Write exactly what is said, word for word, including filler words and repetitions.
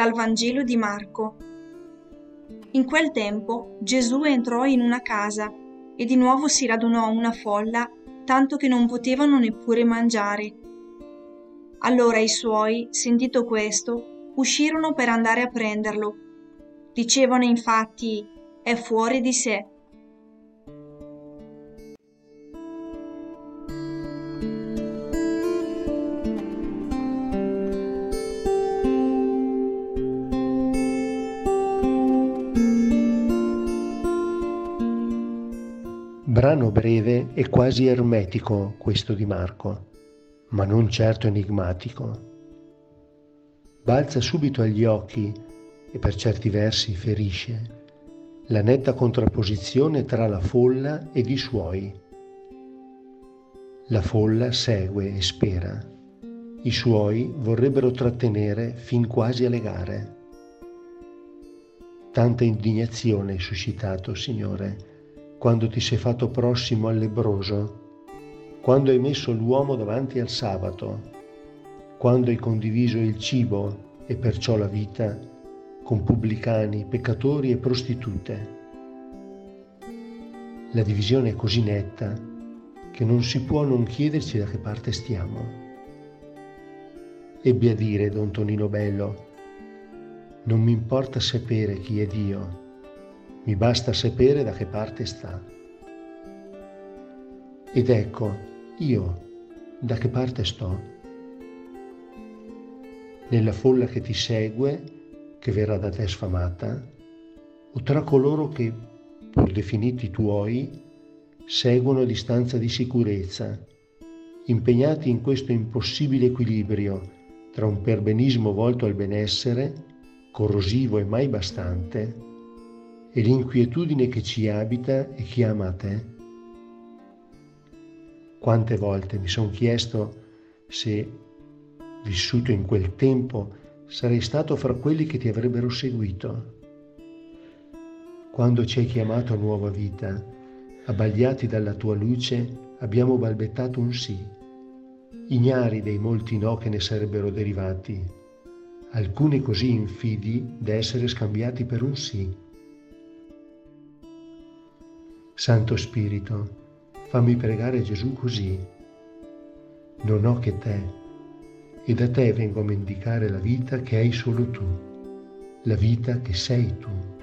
Dal Vangelo di Marco. In quel tempo Gesù entrò in una casa e di nuovo si radunò una folla, tanto che non potevano neppure mangiare. Allora i suoi, sentito questo, uscirono per andare a prenderlo. Dicevano infatti: è fuori di sé. Brano breve e quasi ermetico questo di Marco, ma non certo enigmatico. Balza subito agli occhi e per certi versi ferisce la netta contrapposizione tra la folla ed i suoi. La folla segue e spera, i suoi vorrebbero trattenere fin quasi alle gare. Tanta indignazione hai suscitato, Signore, quando ti sei fatto prossimo al lebbroso, quando hai messo l'uomo davanti al sabato, quando hai condiviso il cibo e perciò la vita con pubblicani, peccatori e prostitute. La divisione è così netta che non si può non chiederci da che parte stiamo. Ebbe a dire don Tonino Bello: non mi importa sapere chi è Dio, mi basta sapere da che parte sta. Ed ecco, io da che parte sto? Nella folla che ti segue, che verrà da te sfamata, o tra coloro che, pur definiti tuoi, seguono a distanza di sicurezza, impegnati in questo impossibile equilibrio tra un perbenismo volto al benessere, corrosivo e mai bastante, e l'inquietudine che ci abita e chiama a te? Quante volte mi son chiesto se, vissuto in quel tempo, sarei stato fra quelli che ti avrebbero seguito. Quando ci hai chiamato a nuova vita, abbagliati dalla tua luce, abbiamo balbettato un sì, ignari dei molti no che ne sarebbero derivati, alcuni così infidi da essere scambiati per un sì. Santo Spirito, fammi pregare Gesù così: non ho che te, e da te vengo a mendicare la vita che hai solo tu, la vita che sei tu.